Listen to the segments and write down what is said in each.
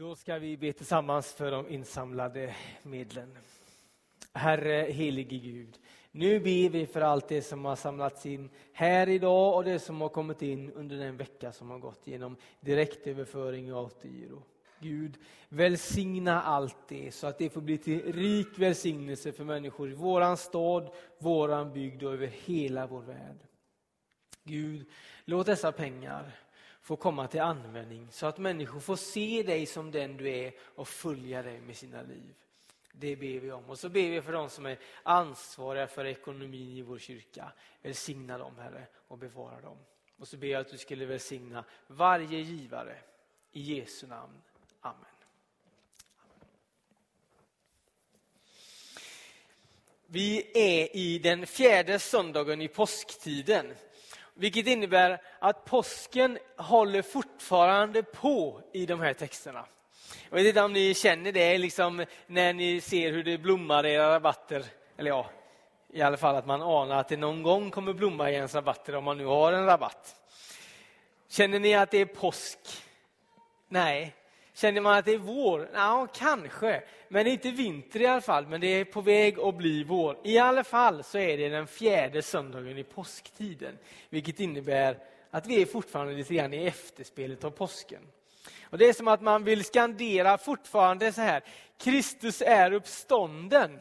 Då ska vi be tillsammans för de insamlade medlen. Herre, helige Gud, nu ber vi för allt det som har samlats in här idag och det som har kommit in under den vecka som har gått genom direktöverföring och autogiro. Gud, välsigna allt det så att det får bli till rik välsignelse för människor i våran stad, våran bygd och över hela vår värld. Gud, låt dessa pengar få komma till användning så att människor får se dig som den du är och följa dig med sina liv. Det ber vi om. Och så ber vi för de som är ansvariga för ekonomin i vår kyrka. Välsigna dem, Herre, och bevara dem. Och så ber jag att du skulle välsigna varje givare. I Jesu namn. Amen. Vi är i den 4:e söndagen i påsktiden. Vilket innebär att påsken håller fortfarande på i de här texterna. Jag vet inte om ni känner det liksom när ni ser hur det blommar i era rabatter. Eller ja, i alla fall att man anar att det någon gång kommer blomma i ens rabatter om man nu har en rabatt. Känner ni att det är påsk? Nej. Känner man att det är vår? Ja, kanske. Men inte vinter i alla fall. Men det är på väg att bli vår. I alla fall så är det den 4:e söndagen i påsktiden. Vilket innebär att vi är fortfarande lite grann i efterspelet av påsken. Och det är som att man vill skandera fortfarande så här. Kristus är uppstånden.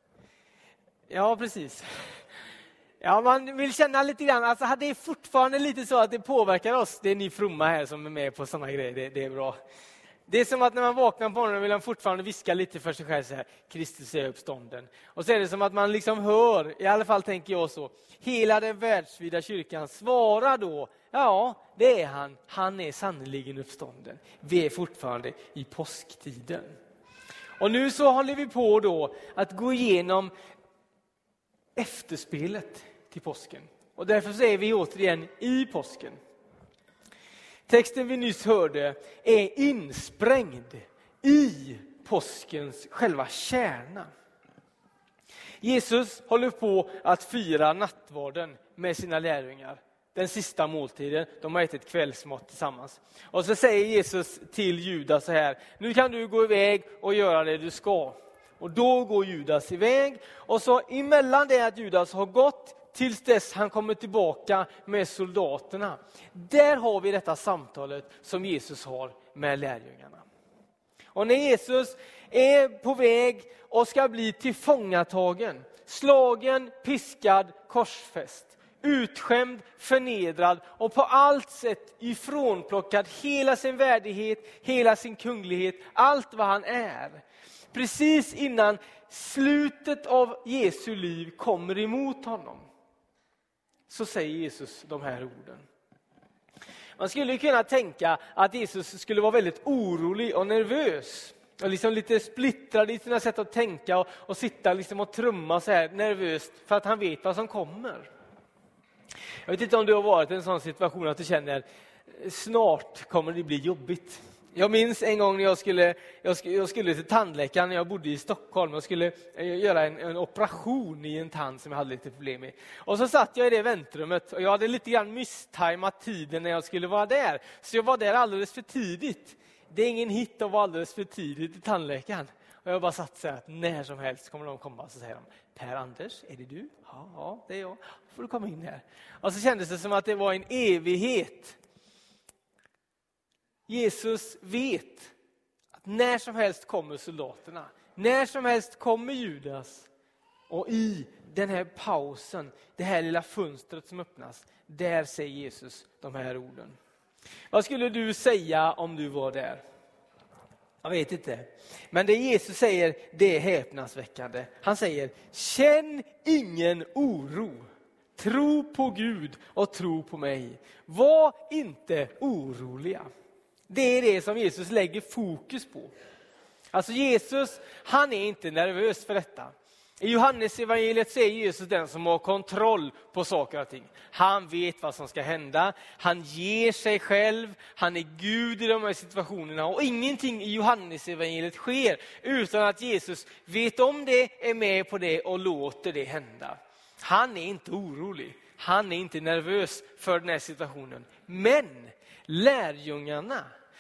Ja, precis. Ja, man vill känna lite grann. Alltså det är fortfarande lite så att det påverkar oss. Det är ni fromma här som är med på sådana grejer. Det är bra. Det är som att när man vaknar på morgonen vill man fortfarande viska lite för sig själv så här. Kristus är uppstånden. Och så är det som att man liksom hör, i alla fall tänker jag så. Hela den världsvida kyrkan svarar då. Ja, det är han. Han är sannoliken uppstånden. Vi är fortfarande i påsktiden. Och nu så håller vi på då att gå igenom efterspelet till påsken. Och därför så är vi återigen i påsken. Texten vi nyss hörde är insprängd i påskens själva kärna. Jesus håller på att fira nattvarden med sina lärjungar. Den sista måltiden, de har ätit kvällsmat tillsammans. Och så säger Jesus till Judas så här: nu kan du gå iväg och göra det du ska. Och då går Judas iväg. Och så emellan det att Judas har gått tills dess han kommer tillbaka med soldaterna. Där har vi detta samtalet som Jesus har med lärjungarna. Och när Jesus är på väg och ska bli tillfångatagen, slagen, piskad, korsfäst, utskämd, förnedrad och på allt sätt ifrånplockad hela sin värdighet, hela sin kunglighet, allt vad han är. Precis innan slutet av Jesu liv kommer emot honom, så säger Jesus de här orden. Man skulle kunna tänka att Jesus skulle vara väldigt orolig och nervös. Och liksom lite splittrad i sina sätt att tänka och sitta liksom och trumma så här nervöst för att han vet vad som kommer. Jag vet inte om du har varit i en sån situation att du känner snart kommer det bli jobbigt. Jag minns en gång när jag skulle till tandläkaren när jag bodde i Stockholm och skulle göra en operation i en tand som jag hade lite problem med. Och så satt jag i det väntrummet och jag hade lite grann misstajmat tiden när jag skulle vara där. Så jag var där alldeles för tidigt. Det är ingen hit att vara alldeles för tidigt i tandläkaren. Och jag bara satt så här att när som helst kommer de komma och så säger de: Per Anders, är det du? Ja, det är jag. Får du komma in här. Och så kändes det som att det var en evighet. Jesus vet att när som helst kommer soldaterna. När som helst kommer Judas. Och i den här pausen, det här lilla fönstret som öppnas, där säger Jesus de här orden. Vad skulle du säga om du var där? Jag vet inte. Men det Jesus säger, det är häpnadsväckande. Han säger: känn ingen oro. Tro på Gud och tro på mig. Var inte oroliga. Det är det som Jesus lägger fokus på. Alltså Jesus, han är inte nervös för detta. I Johannes evangeliet så är Jesus den som har kontroll på saker och ting. Han vet vad som ska hända. Han ger sig själv. Han är Gud i de här situationerna. Och ingenting i Johannes evangeliet sker utan att Jesus vet om det, är med på det och låter det hända. Han är inte orolig. Han är inte nervös för den här situationen. Men lärjungarna,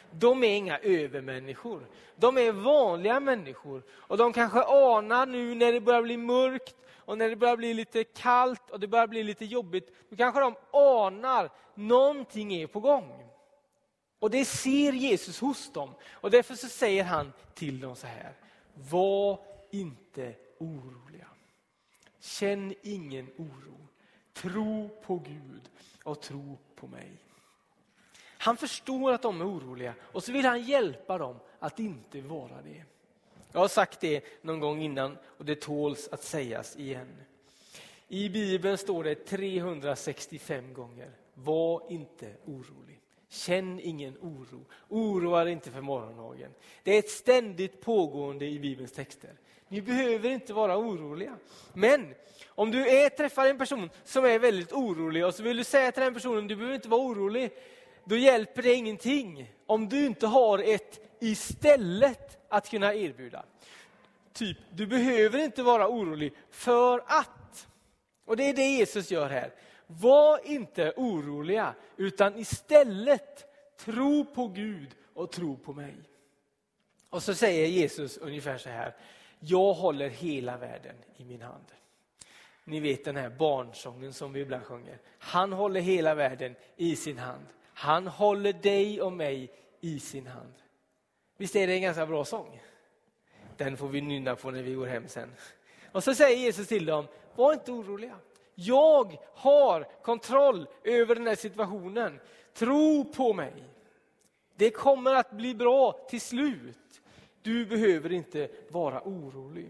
de är inga övermänniskor. De är vanliga människor. Och de kanske anar nu när det börjar bli mörkt och när det börjar bli lite kallt och det börjar bli lite jobbigt. Då kanske de anar någonting är på gång. Och det ser Jesus hos dem. Och därför så säger han till dem så här: var inte oroliga. Känn ingen oro. Tro på Gud och tro på mig. Han förstår att de är oroliga och så vill han hjälpa dem att inte vara det. Jag har sagt det någon gång innan och det tåls att sägas igen. I Bibeln står det 365 gånger: var inte orolig. Känn ingen oro. Oroa dig inte för morgondagen. Det är ett ständigt pågående i Bibelns texter. Ni behöver inte vara oroliga. Men om du träffar en person som är väldigt orolig och så vill du säga till den personen: du behöver inte vara orolig. Då hjälper det ingenting om du inte har ett istället att kunna erbjuda. Typ, du behöver inte vara orolig för att. Och det är det Jesus gör här. Var inte oroliga, utan istället tro på Gud och tro på mig. Och så säger Jesus ungefär så här: jag håller hela världen i min hand. Ni vet den här barnsången som vi ibland sjunger. Han håller hela världen i sin hand. Han håller dig och mig i sin hand. Visst är det en ganska bra sång? Den får vi nynna på när vi går hem sen. Och så säger Jesus till dem: var inte oroliga. Jag har kontroll över den här situationen. Tro på mig. Det kommer att bli bra till slut. Du behöver inte vara orolig.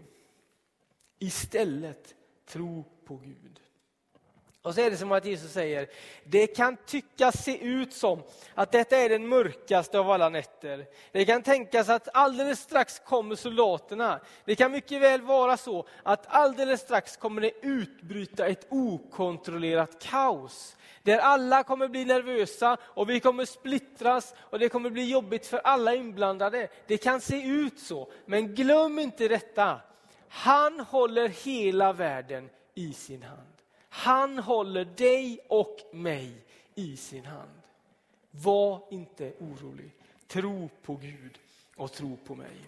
Istället tro på Gud. Och så är det som att Jesus säger: det kan tyckas se ut som att detta är den mörkaste av alla nätter. Det kan tänkas att alldeles strax kommer soldaterna. Det kan mycket väl vara så att alldeles strax kommer det utbryta ett okontrollerat kaos. Där alla kommer bli nervösa och vi kommer splittras och det kommer bli jobbigt för alla inblandade. Det kan se ut så, men glöm inte detta. Han håller hela världen i sin hand. Han håller dig och mig i sin hand. Var inte orolig. Tro på Gud och tro på mig.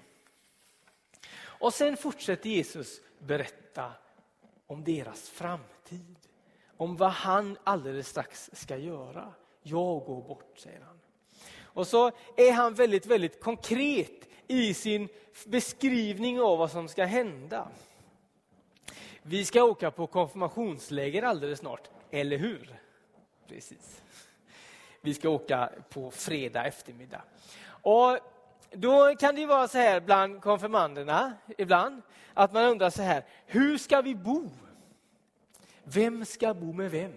Och sen fortsätter Jesus berätta om deras framtid. Om vad han alldeles strax ska göra. Jag går bort, säger han. Och så är han väldigt, väldigt konkret i sin beskrivning av vad som ska hända. Vi ska åka på konfirmationsläger alldeles snart, eller hur? Precis. Vi ska åka på fredag eftermiddag. Och då kan det ju vara så här bland konfirmanderna ibland, att man undrar så här: hur ska vi bo? Vem ska bo med vem?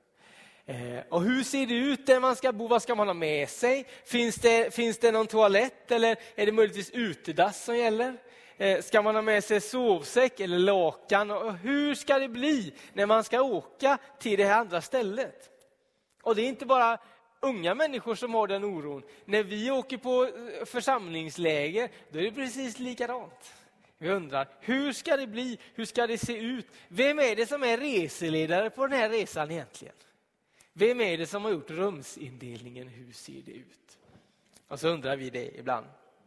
Och hur ser det ut där man ska bo? Vad ska man ha med sig? Finns det någon toalett eller är det möjligtvis utedass som gäller? Ska man ha med sig sovsäck eller lakan? Och hur ska det bli när man ska åka till det här andra stället? Och det är inte bara unga människor som har den oron. När vi åker på församlingsläger, då är det precis likadant. Vi undrar, hur ska det bli? Hur ska det se ut? Vem är det som är reseledare på den här resan egentligen? Vem är det som har gjort rumsindelningen? Hur ser det ut? Och så undrar vi det ibland.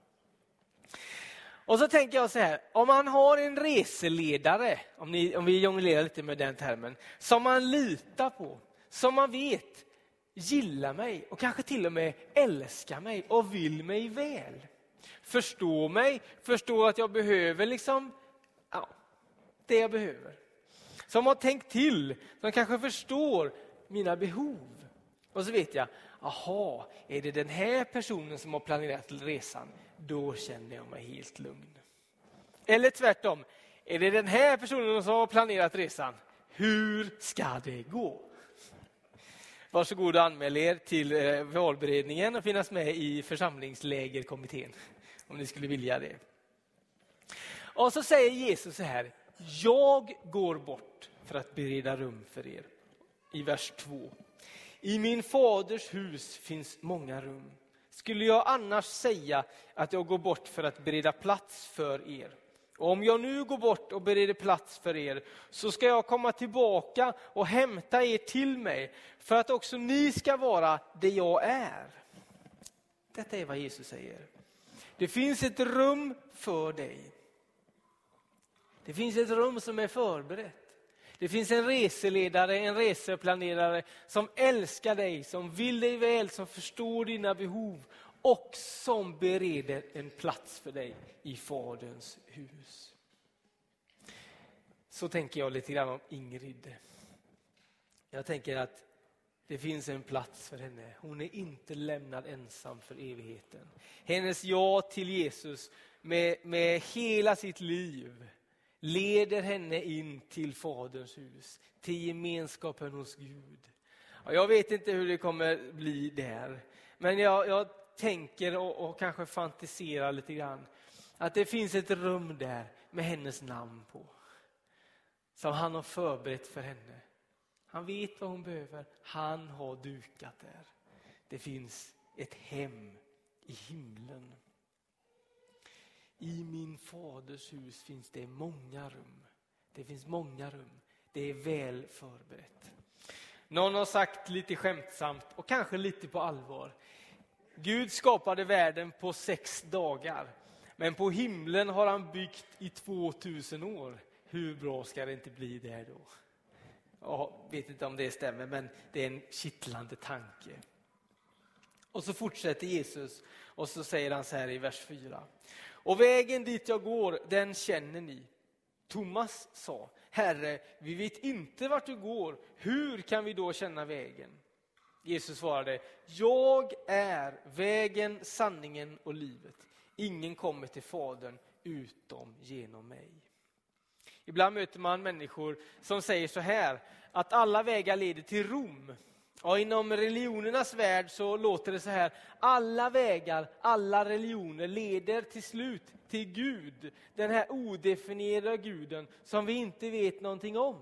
Och så tänker jag så här, om man har en reseledare, om vi jonglerar lite med den termen, som man litar på, som man vet gillar mig och kanske till och med älskar mig och vill mig väl. Förstår att jag behöver det jag behöver. Som har tänkt till, som kanske förstår mina behov. Och så vet jag, är det den här personen som har planerat resan? Då känner jag mig helt lugn. Eller tvärtom, är det den här personen som har planerat resan? Hur ska det gå? Varsågod och anmäl er till valberedningen och finnas med i församlingslägerkommittén. Om ni skulle vilja det. Och så säger Jesus så här: jag går bort för att bereda rum för er. I vers 2. I min faders hus finns många rum. Skulle jag annars säga att jag går bort för att bereda plats för er? Och om jag nu går bort och bereder plats för er, så ska jag komma tillbaka och hämta er till mig, för att också ni ska vara det jag är. Detta är vad Jesus säger. Det finns ett rum för dig. Det finns ett rum som är förberett. Det finns en reseledare, en reseplanerare som älskar dig, som vill dig väl, som förstår dina behov och som bereder en plats för dig i Faderns hus. Så tänker jag lite grann om Ingrid. Jag tänker att det finns en plats för henne. Hon är inte lämnad ensam för evigheten. Hennes ja till Jesus med hela sitt liv leder henne in till Faderns hus, till gemenskapen hos Gud. Och jag vet inte hur det kommer bli där, men jag tänker och kanske fantiserar lite grann att det finns ett rum där med hennes namn på, som han har förberett för henne. Han vet vad hon behöver, han har dukat där. Det finns ett hem i himlen. I min faders hus finns det många rum. Det finns många rum. Det är väl förberett. Någon har sagt lite skämtsamt och kanske lite på allvar: Gud skapade världen på 6 dagar. Men på himlen har han byggt i 2000 år. Hur bra ska det inte bli där då? Jag vet inte om det stämmer, men det är en kittlande tanke. Och så fortsätter Jesus och så säger han så här i vers 4. Och vägen dit jag går, den känner ni. Thomas sa: Herre, vi vet inte vart du går. Hur kan vi då känna vägen? Jesus svarade: Jag är vägen, sanningen och livet. Ingen kommer till Fadern utom genom mig. Ibland möter man människor som säger så här, att alla vägar leder till Rom. Och inom religionernas värld så låter det så här: alla vägar, alla religioner leder till slut till Gud. Den här odefinierade guden som vi inte vet någonting om.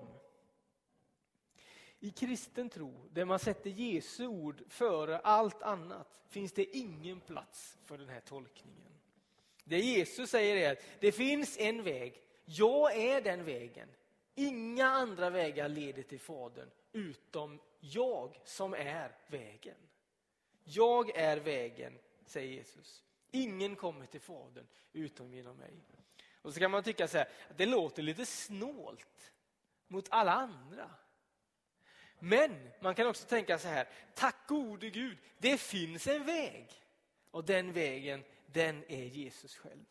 I kristen tro, där man sätter Jesu ord före allt annat, finns det ingen plats för den här tolkningen. Det Jesus säger är att det finns en väg. Jag är den vägen. Inga andra vägar leder till Fadern utom jag som är vägen. Jag är vägen, säger Jesus. Ingen kommer till Fadern utom genom mig. Och så kan man tycka så här, att det låter lite snålt mot alla andra. Men man kan också tänka så här: tack gode Gud, det finns en väg. Och den vägen, den är Jesus själv.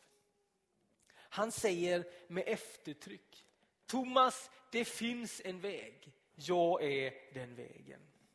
Han säger med eftertryck: Thomas, det finns en väg. Jag är den vägen.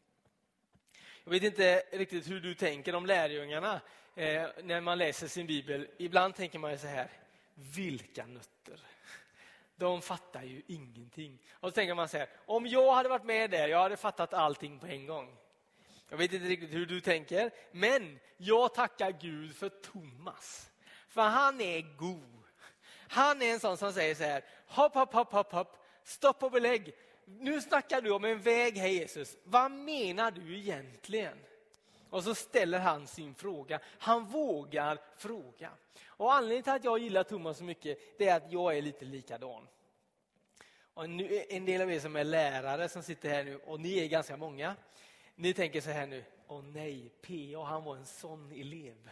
Jag vet inte riktigt hur du tänker om lärjungarna när man läser sin bibel. Ibland tänker man ju så här: vilka nötter. De fattar ju ingenting. Och så tänker man så här: om jag hade varit med där, jag hade fattat allting på en gång. Jag vet inte riktigt hur du tänker, men jag tackar Gud för Thomas. För han är god. Han är en sån som säger så här: hopp, hopp, hopp, hopp, hopp. Stopp och belägg. Nu snackar du om en väg, hej Jesus. Vad menar du egentligen? Och så ställer han sin fråga. Han vågar fråga. Och anledningen till att jag gillar Thomas så mycket, det är att jag är lite likadan. Och nu, en del av er som är lärare som sitter här nu, och ni är ganska många. Ni tänker så här nu: åh nej, P.A. han var en sån elev.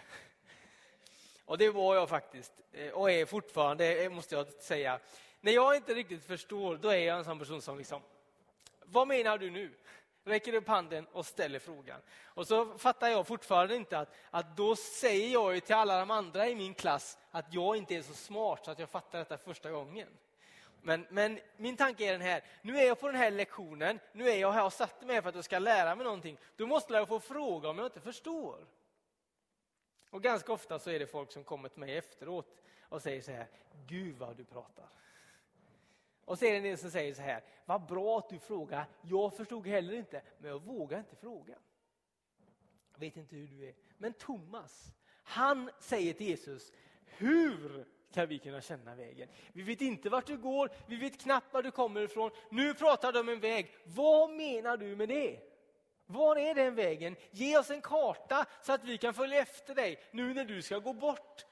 Och det var jag faktiskt. Och är fortfarande, måste jag säga. När jag inte riktigt förstår, då är jag en sån person som liksom: vad menar du nu? Räcker upp handen och ställer frågan. Och så fattar jag fortfarande inte att då säger jag ju till alla de andra i min klass att jag inte är så smart så att jag fattar detta första gången. Men min tanke är den här: nu är jag på den här lektionen, nu är jag här och satt mig för att jag ska lära mig någonting. Då måste jag få fråga om jag inte förstår. Och ganska ofta så är det folk som kommer till mig efteråt och säger så här: Gud vad du pratar. Och så är det en del som säger så här: vad bra att du frågar. Jag förstod heller inte, men jag vågar inte fråga. Jag vet inte hur du är. Men Thomas, han säger till Jesus: hur kan vi kunna känna vägen? Vi vet inte vart du går, vi vet knappt var du kommer ifrån. Nu pratar du om en väg. Vad menar du med det? Var är den vägen? Ge oss en karta så att vi kan följa efter dig nu när du ska gå bort.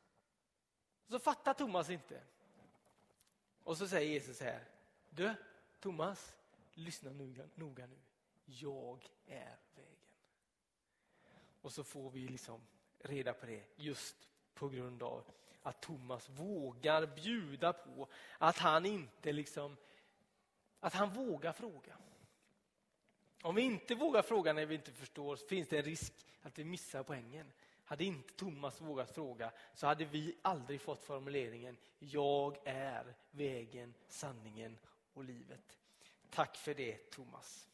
Så fattar Thomas inte. Och så säger Jesus så här: du, Thomas, lyssna noga nu. Jag är vägen. Och så får vi liksom reda på det just på grund av att Thomas vågar bjuda på att han inte liksom, att han vågar fråga. Om vi inte vågar fråga när vi inte förstår så finns det en risk att vi missar poängen. Hade inte Thomas vågat fråga så hade vi aldrig fått formuleringen jag är vägen, sanningen och livet. Tack för det, Thomas.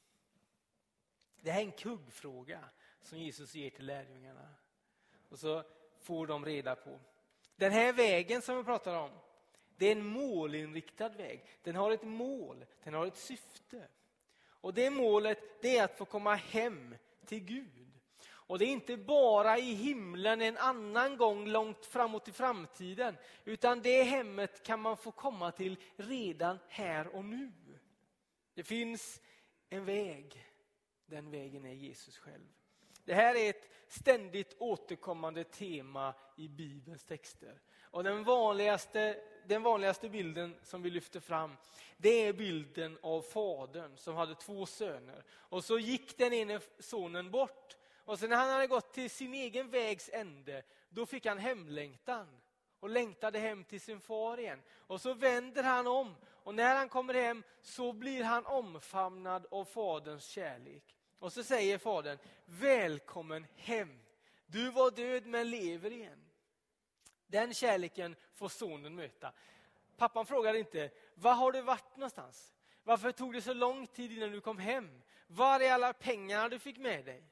Det här är en kuggfråga som Jesus ger till lärjungarna. Och så får de reda på. Den här vägen som vi pratar om, det är en målinriktad väg. Den har ett mål, den har ett syfte. Och det målet, det är att få komma hem till Gud. Och det är inte bara i himlen en annan gång långt framåt i framtiden. Utan det hemmet kan man få komma till redan här och nu. Det finns en väg. Den vägen är Jesus själv. Det här är ett ständigt återkommande tema i Bibelns texter. Och den vanligaste bilden som vi lyfter fram, det är bilden av fadern som hade 2 söner. Och så gick den ene sonen bort. Och sen när han hade gått till sin egen vägs ände, då fick han hemlängtan. Och längtade hem till sin far igen. Och så vänder han om. Och när han kommer hem så blir han omfamnad av faderns kärlek. Och så säger fadern, välkommen hem. Du var död men lever igen. Den kärleken får sonen möta. Pappan frågar inte, var har du varit någonstans? Varför tog det så lång tid innan du kom hem? Var är alla pengarna du fick med dig?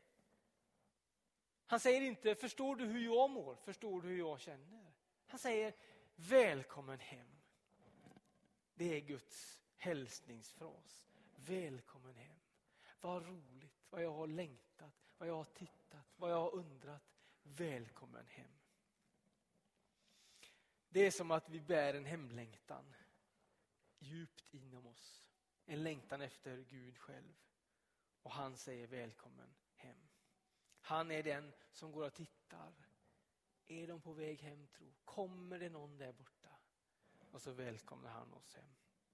Han säger inte, förstår du hur jag mår? Förstår du hur jag känner? Han säger, välkommen hem. Det är Guds hälsningsfras. Välkommen hem. Vad roligt, vad jag har längtat, vad jag har tittat, vad jag har undrat. Välkommen hem. Det är som att vi bär en hemlängtan djupt inom oss. En längtan efter Gud själv. Och han säger välkommen hem. Han är den som går och tittar. Är de på väg hem, tro? Kommer det någon där borta? Och så välkomnar han oss hem.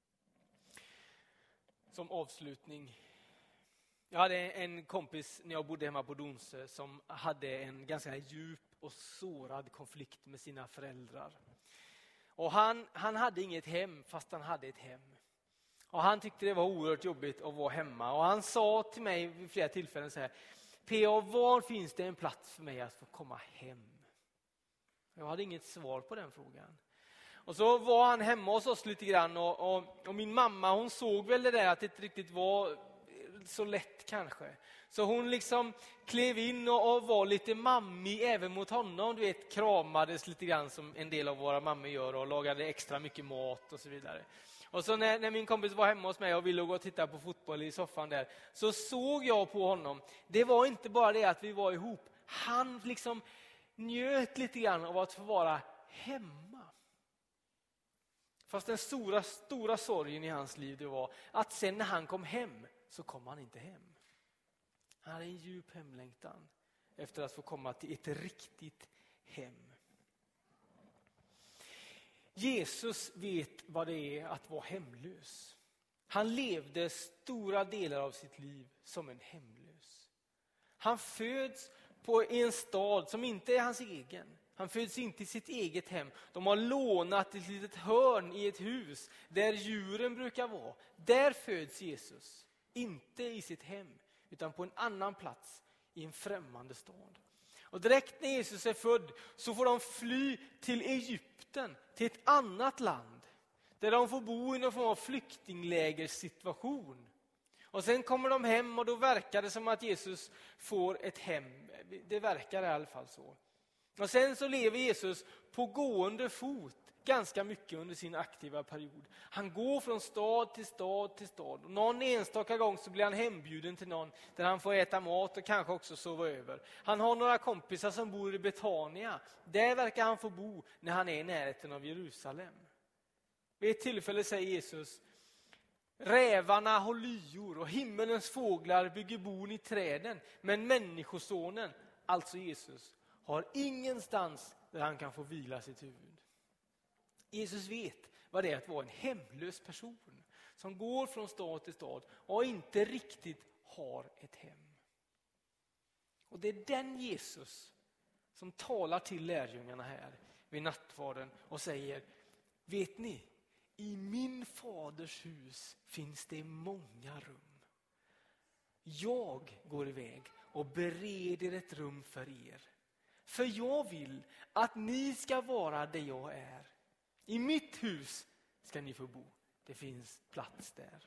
Som avslutning. Jag hade en kompis när jag bodde hemma på Donsö som hade en ganska djup och sårad konflikt med sina föräldrar. Och han hade inget hem fast han hade ett hem. Och han tyckte det var oerhört jobbigt att vara hemma. Och han sa till mig vid flera tillfällen så här, P.A. var finns det en plats för mig att få komma hem? Jag hade inget svar på den frågan. Och så var han hemma hos oss lite grann och min mamma hon såg väl det där att det inte riktigt var så lätt kanske. Så hon liksom klev in och var lite mammig även mot honom. Du vet, kramades lite grann som en del av våra mammor gör och lagade extra mycket mat och så vidare. Och så när min kompis var hemma hos mig och ville gå och titta på fotboll i soffan där, så såg jag på honom. Det var inte bara det att vi var ihop. Han liksom njöt lite grann av att få vara hemma. Fast den stora sorgen i hans liv det var att sen när han kom hem så kom han inte hem. Han hade en djup hemlängtan efter att få komma till ett riktigt hem. Jesus vet vad det är att vara hemlös. Han levde stora delar av sitt liv som en hemlös. Han föds i en stad som inte är hans egen. Han föds inte i sitt eget hem. De har lånat ett litet hörn i ett hus där djuren brukar vara. Där föds Jesus. Inte i sitt hem utan på en annan plats i en främmande stad. Och direkt när Jesus är född så får de fly till Egypten, till ett annat land. Där de får bo i någon form av flyktinglägersituation. Och sen kommer de hem och då verkar det som att Jesus får ett hem. Det verkar i alla fall så. Och sen så lever Jesus på gående fot ganska mycket under sin aktiva period. Han går från stad till stad till stad. Och någon enstaka gång så blir han hembjuden till någon där han får äta mat och kanske också sova över. Han har några kompisar som bor i Betania. Där verkar han få bo när han är i närheten av Jerusalem. Vid ett tillfälle säger Jesus, rävarna har lyor och himmelens fåglar bygger bon i träden. Men människosonen, alltså Jesus, har ingenstans där han kan få vila sitt huvud. Jesus vet vad det är att vara en hemlös person som går från stad till stad och inte riktigt har ett hem. Och det är den Jesus som talar till lärjungarna här vid nattvarden och säger: vet ni, i min faders hus finns det många rum. Jag går iväg och bereder ett rum för er. För jag vill att ni ska vara där jag är. I mitt hus ska ni få bo. Det finns plats där.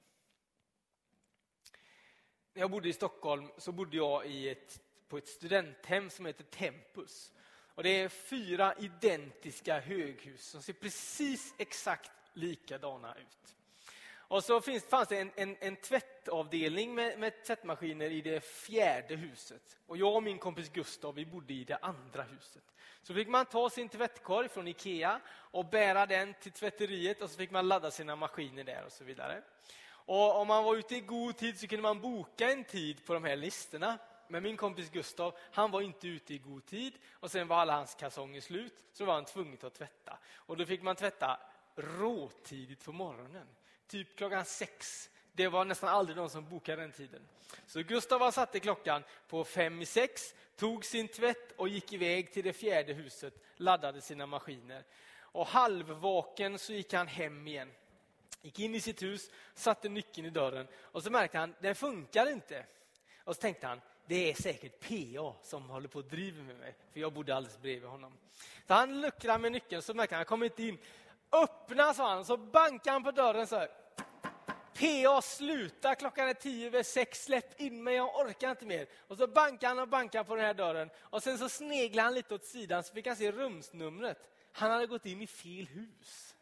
När jag bodde i Stockholm så bodde jag på ett studenthem som heter Tempus. Och det är 4 identiska höghus som ser precis exakt likadana ut. Och så fanns det en tvättavdelning med tvättmaskiner i det 4:e huset. Och jag och min kompis Gustav, vi bodde i det 2:a huset. Så fick man ta sin tvättkorg från Ikea och bära den till tvätteriet, och så fick man ladda sina maskiner där och så vidare. Och om man var ute i god tid så kunde man boka en tid på de här listorna. Men min kompis Gustav, han var inte ute i god tid, och sen var alla hans kalsonger slut, så var han tvungen att tvätta. Och då fick man tvätta råtidigt på morgonen. Typ klockan 6. Det var nästan aldrig någon som bokade den tiden. Så Gustav satte klockan på 5:45, tog sin tvätt och gick iväg till det 4:e huset, laddade sina maskiner. Och halvvaken så gick han hem igen. Gick in i sitt hus, satte nyckeln i dörren, och så märkte han, den funkar inte. Och så tänkte han, det är säkert PA som håller på att driva med mig, för jag bodde alldeles bredvid honom. Så han luckrade med nyckeln, så märkte han kommer inte in. Öppna, sa han, så bankade han på dörren så här. PA, sluta, klockan är 5:50, släpp in mig, jag orkar inte mer. Och så bankade han på den här dörren, och sen så sneglade han lite åt sidan, så fick han se rumsnumret. Han hade gått in i fel hus.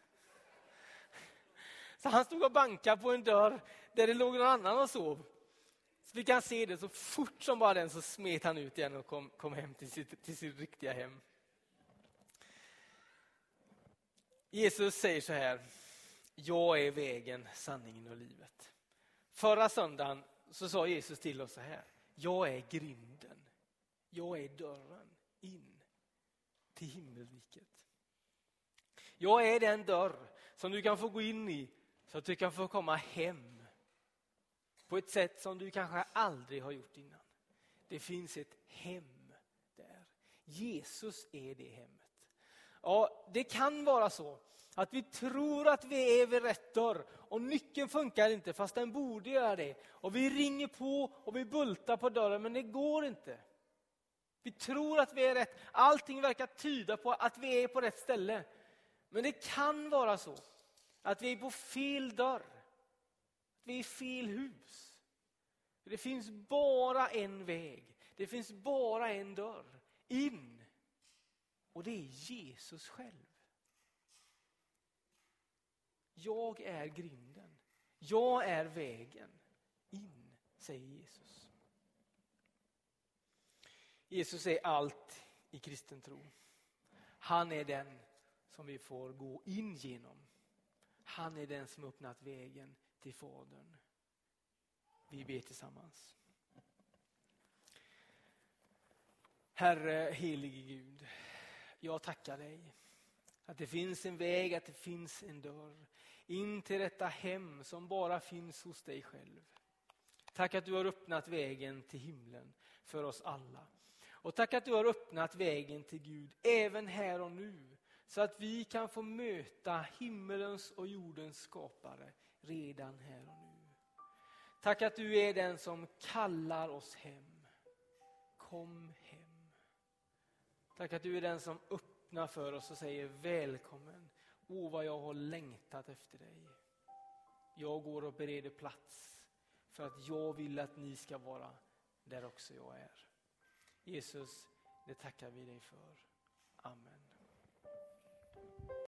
Så han stod och bankade på en dörr där det låg någon annan och sov. Så fick han se det, så fort som bara den så smet han ut igen och kom hem till sitt riktiga hem. Jesus säger så här: jag är vägen, sanningen och livet. Förra söndagen så sa Jesus till oss så här: jag är grinden. Jag är dörren in till himmelriket. Jag är den dörr som du kan få gå in i, så att du kan få komma hem på ett sätt som du kanske aldrig har gjort innan. Det finns ett hem där. Jesus är det hemmet. Ja, det kan vara så att vi tror att vi är vid rätt dörr och nyckeln funkar inte fast den borde göra det. Och vi ringer på och vi bultar på dörren, men det går inte. Vi tror att vi är rätt. Allting verkar tyda på att vi är på rätt ställe. Men det kan vara så att vi är på fel dörr. Att vi är i fel hus. Det finns bara en väg. Det finns bara en dörr in. Och det är Jesus själv. Jag är grinden. Jag är vägen in, säger Jesus. Jesus är allt i kristen tro. Han är den som vi får gå in genom. Han är den som öppnat vägen till Fadern. Vi ber tillsammans. Herre, helige Gud, jag tackar dig att det finns en väg, att det finns en dörr in till detta hem som bara finns hos dig själv. Tack att du har öppnat vägen till himlen för oss alla. Och tack att du har öppnat vägen till Gud även här och nu, så att vi kan få möta himmelens och jordens skapare redan här och nu. Tack att du är den som kallar oss hem. Kom hem. Tack att du är den som öppnar för oss och säger välkommen. Vad jag har längtat efter dig. Jag går och bereder plats för att jag vill att ni ska vara där också jag är. Jesus, det tackar vi dig för. Amen.